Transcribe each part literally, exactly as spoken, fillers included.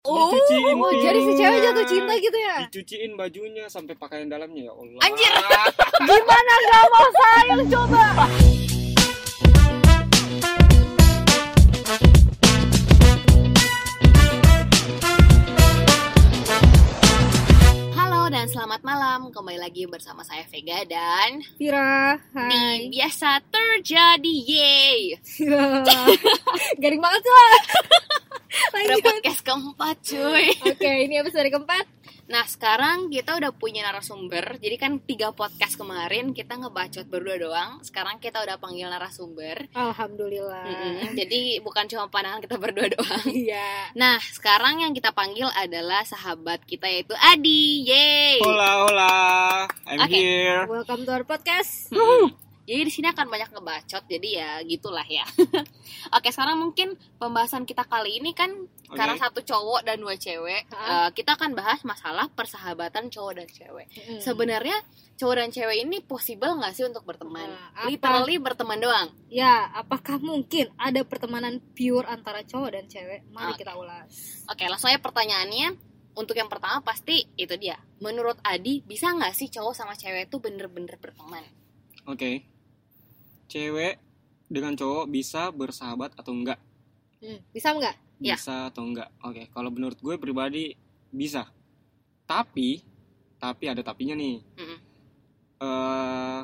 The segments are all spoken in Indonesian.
Oh, Dicuciin oh jadi si piringnya. cewek jatuh cinta gitu ya? Dicuciin bajunya sampai pakaian dalamnya, ya Allah. Anjir. Gimana gak mau sayang coba? Halo dan selamat malam. Kembali lagi bersama saya Vega dan Vira, Nih, hai. biasa terjadi, yeay. Garing banget tuh. Udah podcast keempat cuy. Oke, ini episode keempat. Nah sekarang kita udah punya narasumber. Jadi kan tiga podcast kemarin kita ngebacot berdua doang. Sekarang kita udah panggil narasumber. Alhamdulillah. Mm-mm. Jadi bukan cuma pandangan kita berdua doang. Iya. Nah sekarang yang kita panggil adalah sahabat kita yaitu Adi. Yeay. Hola, hola. I'm Oke. here. Welcome to our podcast. Mm-mm. Jadi di sini akan banyak ngebacot. Jadi ya gitulah ya. Oke, sekarang mungkin pembahasan kita kali ini kan Oke. karena satu cowok dan dua cewek, Ha? eh, kita akan bahas masalah persahabatan cowok dan cewek. Mm. Sebenarnya cowok dan cewek ini possible nggak sih untuk berteman? Nah, apa? Literally berteman doang. Ya, apakah mungkin ada pertemanan pure antara cowok dan cewek? Mari Oke. kita ulas. Oke, langsung aja pertanyaannya. Untuk yang pertama pasti itu dia. Menurut Adi, bisa nggak sih cowok sama cewek itu bener-bener berteman? Oke. Cewek dengan cowok bisa bersahabat atau enggak? Hmm, bisa nggak? Ya. Bisa atau enggak? Oke, kalau menurut gue pribadi bisa. Tapi, tapi ada tapinya nih. Mm-mm. Eh,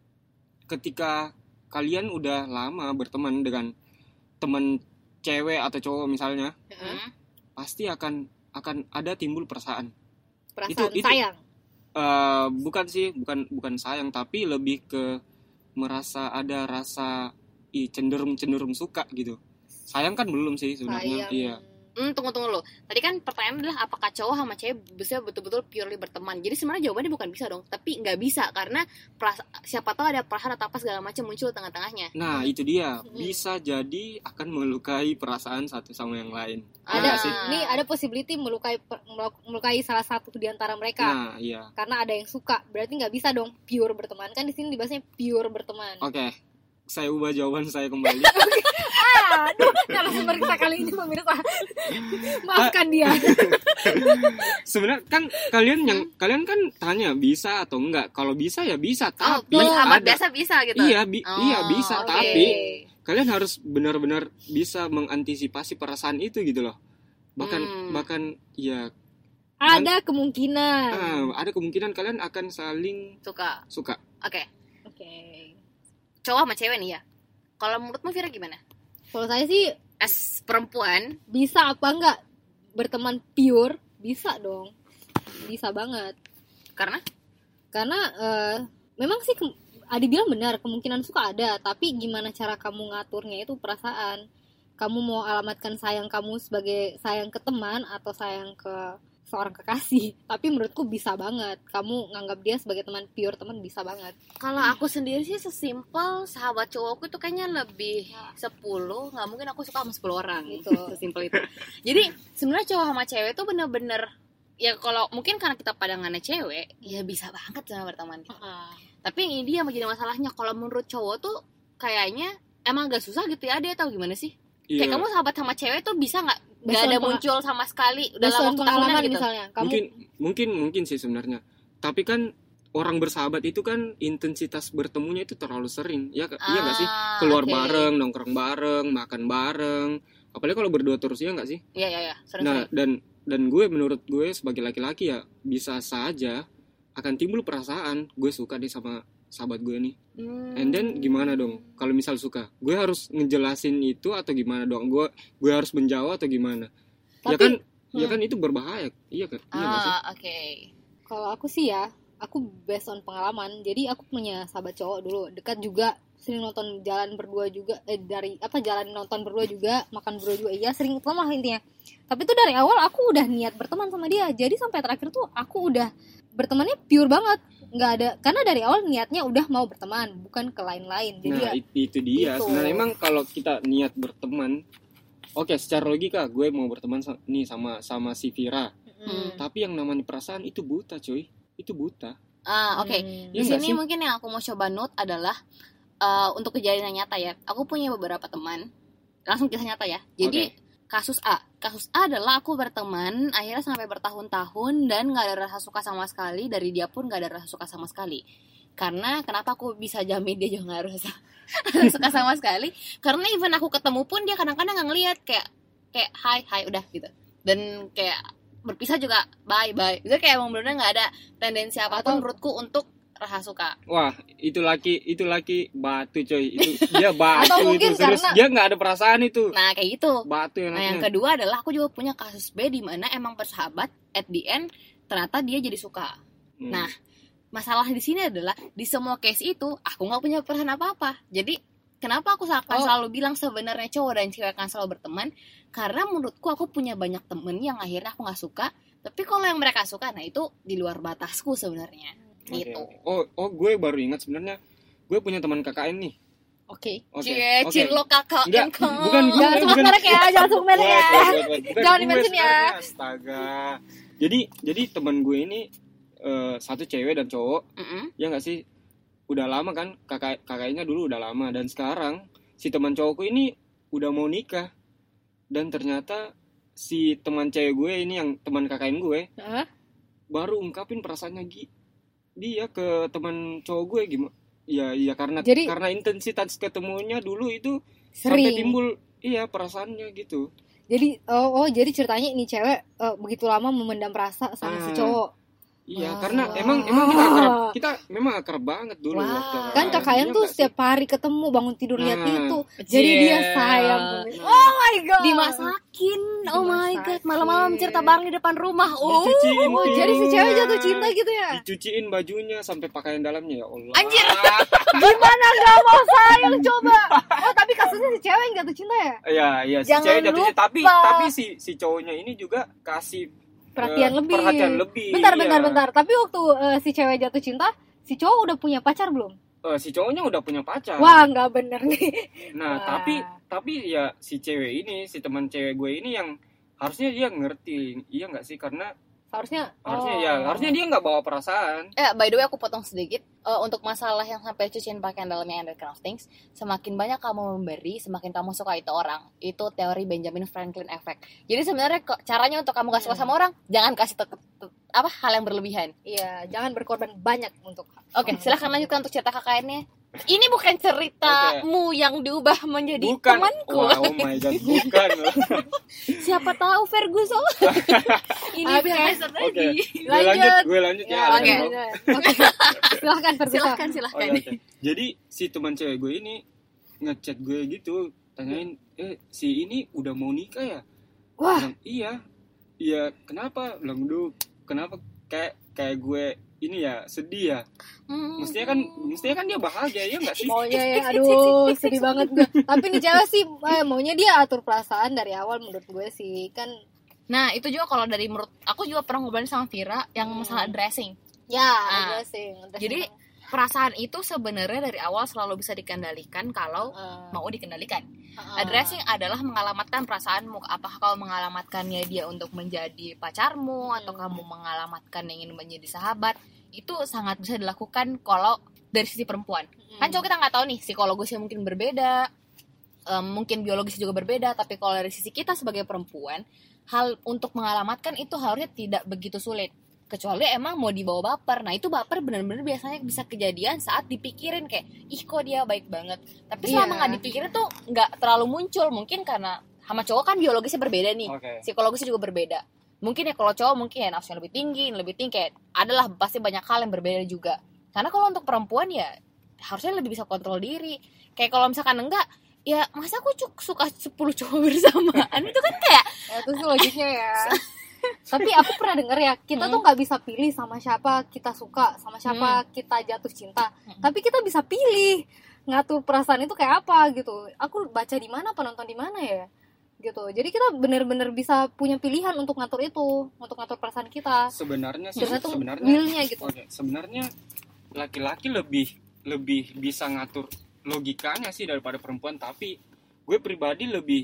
ketika kalian udah lama berteman dengan teman cewek atau cowok misalnya, Mm-mm. pasti akan akan ada timbul perasaan. Perasaan Itu- itu- sayang. Eh, bukan sih, bukan bukan sayang, tapi lebih ke merasa ada rasa ih, cenderung cenderung suka gitu. Sayang kan belum sih sebenarnya. Sayang. Iya. Hmm, tunggu tunggu lo. Tadi kan pertanyaan adalah apakah cowok sama cewek bisa betul-betul purely berteman. Jadi sebenarnya jawabannya bukan bisa dong, tapi nggak bisa karena perasa- siapa tahu ada perasaan atau apa segala macam muncul tengah-tengahnya. Nah, itu dia. Hmm. Bisa jadi akan melukai perasaan satu sama yang lain. Iya Ada nggak sih? Nih ada possibility melukai melukai salah satu di antara mereka. Nah, iya. Karena ada yang suka. Berarti nggak bisa dong pure berteman. Kan di sini dibahasnya pure berteman. Oke. Saya ubah jawaban saya kembali. Aduh, narasumber kita kali ini pemirsa. Maafkan dia. Sebenarnya kan kalian yang kalian kan tanya bisa atau enggak. Kalau bisa ya bisa, Oh, tapi bersahabat ada- biasa bisa gitu. Iya, bi- Oh, iya bisa, oke. tapi kalian harus benar-benar bisa mengantisipasi perasaan itu gitu loh. Bahkan Hmm. bahkan ya Ada kemungkinan. ah, ada kemungkinan kalian akan saling Suka. suka. Oke. Oke. Cowok sama cewek nih ya. Kalau menurutmu Vira gimana? Kalau saya sih As perempuan, bisa apa enggak berteman pure? Bisa dong. Bisa banget. karena Karena eh, memang sih ke- Adi bilang benar, kemungkinan suka ada, tapi gimana cara kamu ngaturnya itu perasaan. Kamu mau alamatkan sayang kamu sebagai sayang ke teman atau sayang ke seorang kekasih. Tapi menurutku bisa banget. Kamu nganggap dia sebagai teman pure, teman bisa banget. kalau aku sendiri sih sesimpel sahabat cowokku itu kayaknya lebih sepuluh, nggak mungkin aku suka sama sepuluh orang Gitu. sesimpel itu. Jadi sebenarnya cowok sama cewek itu bener-bener ya kalau mungkin karena kita padangannya cewek ya bisa banget sama berteman. Tapi ini dia yang menjadi masalahnya. Kalau menurut cowok tuh kayaknya emang agak susah gitu ya, dia tahu gimana sih? Iya. Kayak kamu sahabat sama cewek tuh bisa nggak nggak Based on ada pengalaman. muncul sama sekali dalam Dalam waktu pengalaman tahunan gitu. misalnya, kamu Mungkin mungkin mungkin sih sebenarnya. Tapi kan orang bersahabat itu kan intensitas bertemunya itu terlalu sering. Ya iya enggak sih? Ah, Keluar oke. bareng, nongkrong bareng, makan bareng. Apalagi kalau berdua terus, ya enggak sih? Iya iya iya. Sering Nah, dan dan gue menurut gue sebagai laki-laki ya bisa saja akan timbul perasaan gue suka nih sama sahabat gue nih. Hmm. And then gimana dong? Kalau misal suka, gue harus ngejelasin itu atau gimana dong? Gue gue harus menjawab atau gimana? ya Tapi- kan, ya hmm. kan itu berbahaya. Iya kan? Iya nggak sih? Ah, oke. Kalau aku sih ya, aku based on pengalaman. Jadi aku punya sahabat cowok dulu, dekat juga, sering nonton jalan berdua juga, eh dari apa jalan nonton berdua juga, makan berdua juga. Iya, sering ketemu lah intinya. Tapi tuh dari awal aku udah niat berteman sama dia. Jadi sampai terakhir tuh aku udah bertemannya pure banget. Nggak ada, karena dari awal niatnya udah mau berteman, bukan ke lain-lain. Jadi Nah, ya, it- itu dia. Gitu. Sebenarnya emang kalau kita niat berteman, oke, secara logika gue mau berteman sa- nih sama sama si Vira. Hmm. Tapi yang namanya perasaan itu buta, cuy. Itu buta. Ah, oke. Hmm. Di Iya nggak sini sih? mungkin yang aku mau coba note adalah eh, untuk kejadian yang nyata ya. Aku punya beberapa teman. Langsung kisah nyata ya. Jadi kasus A. Kasus A adalah aku berteman akhirnya sampai bertahun-tahun dan nggak ada rasa suka sama sekali, dari dia pun nggak ada rasa suka sama sekali. Karena kenapa aku bisa jamin dia juga nggak ada rasa suka sama sekali? Karena even aku ketemu pun dia kadang-kadang nggak ngeliat, kayak kayak hai hai udah gitu. Dan kayak berpisah juga bye bye. Jadi kayak emang bener-bener nggak ada tendensi apapun menurutku untuk rasa suka. Wah, itu laki itu laki batu coy. Itu dia batu Atau itu mungkin serius. karena- Dia nggak ada perasaan itu. Nah kayak gitu. Batu yang Nah yang kedua adalah aku juga punya kasus B di mana emang bersahabat, at the end ternyata dia jadi suka. Hmm. Nah masalah di sini adalah di semua case itu aku nggak punya perasaan apa-apa. Jadi kenapa aku akan Oh. selalu bilang sebenarnya cowok dan cewek akan selalu berteman? Karena menurutku aku punya banyak temen yang akhirnya aku nggak suka. Tapi kalau yang mereka suka, nah itu di luar batasku sebenarnya. Oke, Gitu. oke. Oh, oh gue baru ingat sebenarnya gue punya teman K K N nih. Oke. Oke. Cie, oke. cinlo kakak Enggak, engkau. bukan gue, Jangan sebut bukan. merek ya, jangan sebut merek Wait, ya. wait, wait, wait. Bukan Jangan gue di-mention ya. sebenarnya, astaga. Jadi jadi teman gue ini eh, satu cewek dan cowok, Mm-mm. ya nggak sih? Udah lama kan, kakak kakaknya dulu udah lama, dan sekarang si teman cowokku ini udah mau nikah. Dan ternyata si teman cewek gue ini yang teman K K N gue Hah? baru ungkapin perasaannya Gi- dia ke teman cowok gue gimana? Ya, ya karena Jadi- karena intensitas ketemunya dulu itu sampai Sering. timbul iya perasaannya gitu. Jadi oh, oh jadi ceritanya ini cewek eh, begitu lama memendam rasa sama si Ah. cowok. Iya, Wah. karena emang emang kita akrab, kita memang akrab banget dulu Wah. waktu Kan K K N. kakaknya Iya tuh nggak setiap hari ketemu, bangun tidur lihat Nah. itu. Jadi Cie. dia sayang. Oh my god. Dimasakin, oh my Dimasakin. god, malam-malam cerita bareng di depan rumah. sih? Oh, Dicuciin, Oh, Pi. jadi si cewek jatuh cinta gitu ya? Dicuciin bajunya sampai pakaian dalamnya, ya Allah. Anjir. Gimana gak mau sayang coba? Oh tapi kasusnya si cewek yang jatuh cinta ya? Iya, iya si Jangan cewek jatuh cinta, tapi lupa. tapi si si cowoknya ini juga kasih Perhatian eh, lebih. Perhatian lebih. Bentar, iya. bentar, bentar. Tapi waktu eh, si cewek jatuh cinta, si cowok udah punya pacar belum? Eh, si cowoknya udah punya pacar. Wah, nggak bener nih. Nah, Wah. tapi tapi ya si cewek ini, si teman cewek gue ini yang harusnya dia ngerti, iya nggak sih? Karena Harusnya, harusnya oh. ya, harusnya dia nggak bawa perasaan. Eh, by the way aku potong sedikit. Eh, untuk masalah yang sampai cuciin pakaian dalamnya and that kind of things, semakin banyak kamu memberi, semakin kamu suka itu orang. Itu teori Benjamin Franklin effect. Jadi sebenarnya kok caranya untuk kamu gak suka Hmm. sama orang, jangan kasih te- te- apa hal yang berlebihan. Iya, jangan berkorban banyak untuk. Oke, silahkan lanjutkan untuk cerita K K N-nya. Ini bukan ceritamu yang diubah menjadi Bukan. temanku. Wah, oh my god, bukan. Siapa tahu Ferguson. Ini Oke. Ferguson Oke, lagi. gue lanjut, gue lanjut ya. Ya, Oke. oke. Oke. Silahkan, Ferguson. Silahkan, Oke, silahkan. oke. Jadi si teman cewek gue ini ngechat gue gitu, tanyain, eh si ini udah mau nikah ya? Wah, Bilang, iya, iya. Kenapa? Bilang, duh, kenapa kayak kayak gue ini ya sedih ya? Hmm. Mestinya kan, mestinya kan dia bahagia ya nggak sih? maunya ya, aduh, sedih banget gue. Tapi nih cewek sih, eh, maunya dia atur perasaan dari awal menurut gue sih. Kan, Nah, itu juga kalau dari menurut aku juga pernah ngobrolin sama Vira yang Hmm. masalah dressing. ya, Ah. dressing. dressing. Jadi perasaan itu sebenarnya dari awal selalu bisa dikendalikan kalau Eh, mau dikendalikan. eh, Dressing adalah mengalamatkan perasaanmu. Apakah kau mengalamatkannya dia untuk menjadi pacarmu atau Hmm. kamu mengalamatkan yang ingin menjadi sahabat? Itu sangat bisa dilakukan kalau dari sisi perempuan. hmm. Kan cowok kita nggak tahu nih, psikologisnya mungkin berbeda, em, mungkin biologisnya juga berbeda. Tapi kalau dari sisi kita sebagai perempuan, hal untuk mengalamatkan itu harusnya tidak begitu sulit. Kecuali emang mau dibawa baper. Nah itu baper benar-benar biasanya bisa kejadian saat dipikirin kayak, ih kok dia baik banget. Tapi selama Iya. nggak dipikirin tuh nggak terlalu muncul. Mungkin karena sama cowok kan biologisnya berbeda nih, Oke. psikologisnya juga berbeda. Mungkin ya kalau cowok mungkin ya nafsunya lebih tinggi, lebih tinggi kayak adalah pasti banyak hal yang berbeda juga. Karena kalau untuk perempuan ya harusnya lebih bisa kontrol diri. Kayak kalau misalkan enggak, ya masa aku cu- suka sepuluh cowok bersamaan itu kan kayak Ya, itu sih logiknya ya. Tapi aku pernah denger ya, kita tuh nggak bisa pilih sama siapa kita suka, sama siapa kita jatuh cinta. Hmm. Tapi kita bisa pilih ngatur perasaan itu kayak apa gitu. Aku baca di mana, apa nonton di mana ya, gitu. Jadi kita bener-bener bisa punya pilihan untuk ngatur itu, untuk ngatur perasaan kita. Sebenarnya sih, Sebenarnya tuh sebenarnya will-nya gitu. Oke, sebenarnya laki-laki lebih lebih bisa ngatur logikanya sih daripada perempuan, tapi gue pribadi lebih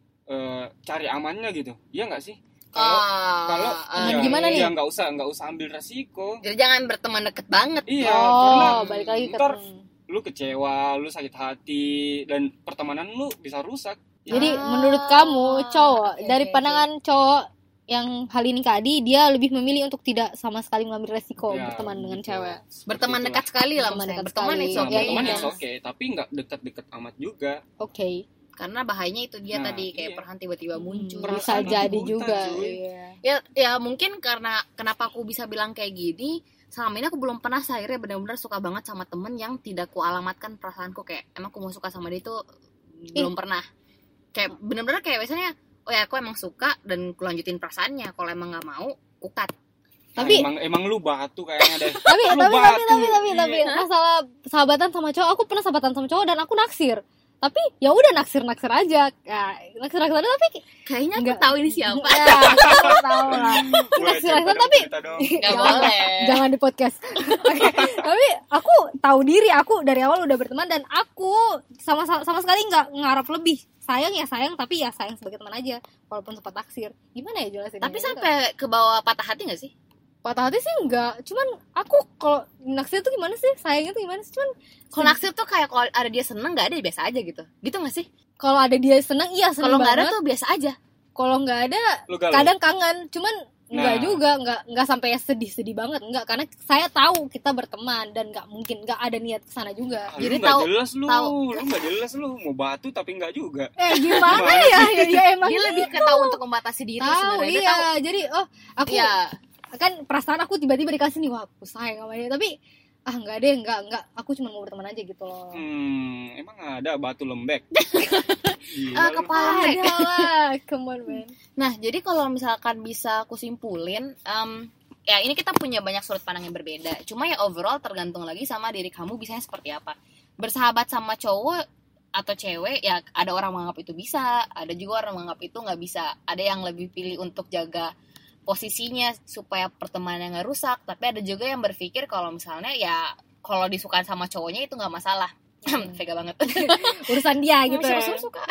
eh, cari amannya gitu. Iya nggak sih? Kalau ah, kalau ah, ya, gimana nih? ya nggak usah nggak usah ambil resiko. jadi jangan berteman deket banget. Iya, karena Oh, balik lagi ke ntar lu kecewa, lu sakit hati, dan pertemanan lu bisa rusak. Jadi Ah, menurut kamu cowok oke, dari oke, pandangan cowok yang hal ini ke Adi, dia lebih memilih untuk tidak sama sekali mengambil resiko Ya, berteman dengan gitu. cewek. Seperti berteman itulah. dekat sekali lah Berteman maksudnya. dekat Berteman sekali. itu Nah, oke. berteman iya. it's okay, tapi nggak dekat-dekat amat juga. Oke. Karena bahayanya itu dia Nah, tadi kayak iya. perasaan tiba-tiba muncul. Bisa Perasaan itu jadi buta, juga. cuy. Iya. Ya ya mungkin karena kenapa aku bisa bilang kayak gini, selama ini aku belum pernah akhirnya benar-benar suka banget sama temen yang tidak ku alamatkan perasaanku, kayak emang aku mau suka sama dia itu belum pernah. Kayak benar-benar kayak biasanya oh ya aku emang suka dan ku lanjutin perasaannya, kalau emang nggak mau ku cut. Tapi- Nah, emang emang lu batu kayaknya deh. Tapi Lu tapi tapi batu. tapi tapi Iya. tapi masalah sahabatan sama cowok, aku pernah sahabatan sama cowok dan aku naksir. Tapi ya udah naksir-naksir aja. Ya, naksir-naksir aja tapi Kayaknya aku Nggak. tahu ini siapa. ya, aku tahu lah. Boleh Naksir-naksir cerita dong, tapi cerita dong. Nggak Jangan, boleh. jangan di podcast. Oke. Tapi aku tahu diri, aku dari awal udah berteman dan aku sama sama sekali nggak ngarap lebih. Sayang ya sayang, tapi ya sayang sebagai teman aja, walaupun sempat naksir. Gimana ya jelasin? Tapi sampai ke bawah patah hati nggak sih? patah hati sih enggak. Cuman aku kalau naksir tuh gimana sih? Sayangnya tuh gimana sih? Cuman Kalau naksir tuh kayak kalau ada dia seneng nggak ada biasa aja gitu. Gitu nggak sih? kalau ada dia senang, iya senang Kalau nggak ada banget. tuh biasa aja. Kalau nggak ada, Lu galau? kadang kangen. Cuman enggak Nah. juga, enggak enggak sampai sedih-sedih banget, enggak, karena saya tahu kita berteman dan enggak mungkin enggak ada niat kesana juga. Ah, Jadi lu nggak tahu- jelas lu, tahu. lu nggak jelas lu mau batu tapi nggak juga. Eh gimana Gimana ya? Ya, ya emang Dia lebih ke tahu untuk membatasi diri tahu, sebenarnya. Dia iya. tahu. Jadi oh aku Iya. kan perasaan aku tiba-tiba dikasih nih, wah aku sayang sama dia, tapi ah enggak deh, enggak enggak, aku cuma mau berteman aja gitu loh. Hmm, emang ada batu lembek. Gila Ah, lu. kepala. Ada lah, come on man. Nah, jadi kalau misalkan bisa aku simpulin, em, ya ini kita punya banyak sudut pandang yang berbeda. Cuma ya overall tergantung lagi sama diri kamu bisanya seperti apa. Bersahabat sama cowok atau cewek, ya ada orang menganggap itu bisa, ada juga orang menganggap itu nggak bisa. Ada yang lebih pilih untuk jaga posisinya supaya pertemanan nggak rusak. Tapi ada juga yang berpikir kalau misalnya ya kalau disukain sama cowoknya itu nggak masalah. Vega banget. Urusan dia gitu ya. Siapa suka.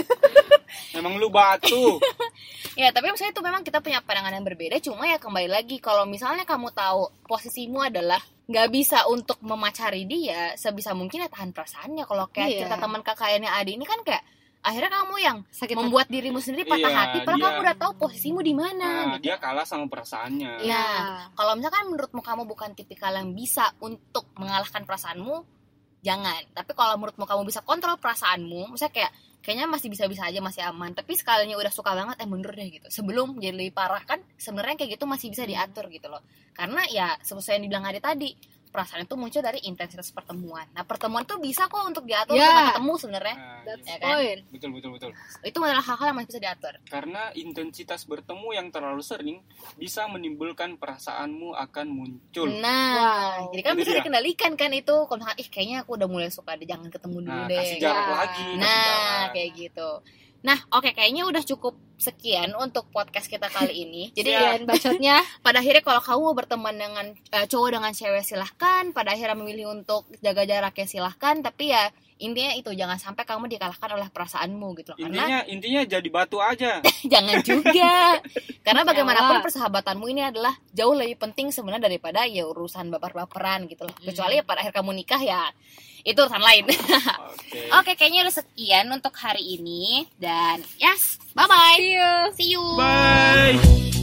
Emang lu batu. Ya, tapi misalnya itu memang kita punya pandangan yang berbeda. Cuma ya kembali lagi, kalau misalnya kamu tahu posisimu adalah nggak bisa untuk memacari dia, sebisa mungkin ya tahan perasaannya. Kalau kayak Iya. cerita teman kakaknya Adi ini kan kayak akhirnya kamu yang Sakit membuat dirimu sendiri patah Iya, hati, padahal dia- kamu udah tahu posisimu di mana. Nah, gitu. dia kalah sama perasaannya. Iya. Nah, kalau misalkan menurutmu kamu bukan tipikal yang bisa untuk mengalahkan perasaanmu, jangan. Tapi kalau menurutmu kamu bisa kontrol perasaanmu, misalnya kayak kayaknya masih bisa-bisa aja, masih aman, tapi sekalinya udah suka banget, eh mundur deh gitu. Sebelum jadi lebih parah kan, sebenarnya kayak gitu masih bisa diatur gitu loh. Karena ya seperti yang dibilang Adi tadi, perasaan itu muncul dari intensitas pertemuan. Nah, pertemuan tuh bisa kok untuk diatur Ya. untuk ketemu sebenarnya. Nah, That's iya. Ya kan? point. Betul betul betul. Itu adalah hal-hal yang masih bisa diatur. Karena intensitas bertemu yang terlalu sering bisa menimbulkan perasaanmu akan muncul. Nah, Wow. jadi kan Itu bisa dia. dikendalikan kan itu. Kalau misalkan, ih kayaknya aku udah mulai suka deh, jangan ketemu dulu Nah, deh. kasih jarak Ya. lagi. kasih Nah, jarak. kayak gitu. Nah, oke, kayaknya udah cukup sekian untuk podcast kita kali ini. Jadi Dan bacotnya pada akhirnya kalau kamu mau berteman dengan eh, cowok dengan cewek silahkan. Pada akhirnya memilih untuk jaga jaraknya silahkan. Tapi ya intinya itu, jangan sampai kamu dikalahkan oleh perasaanmu gitu loh. Karena Intinya intinya jadi batu aja. jangan juga. Karena bagaimanapun Elah. persahabatanmu ini adalah jauh lebih penting sebenarnya daripada ya urusan baper-baperan gitu loh. Kecuali ya pada akhir kamu nikah ya itu urusan lain. Oke. Oke, kayaknya udah sekian untuk hari ini dan yes, bye bye. See you. See you. Bye.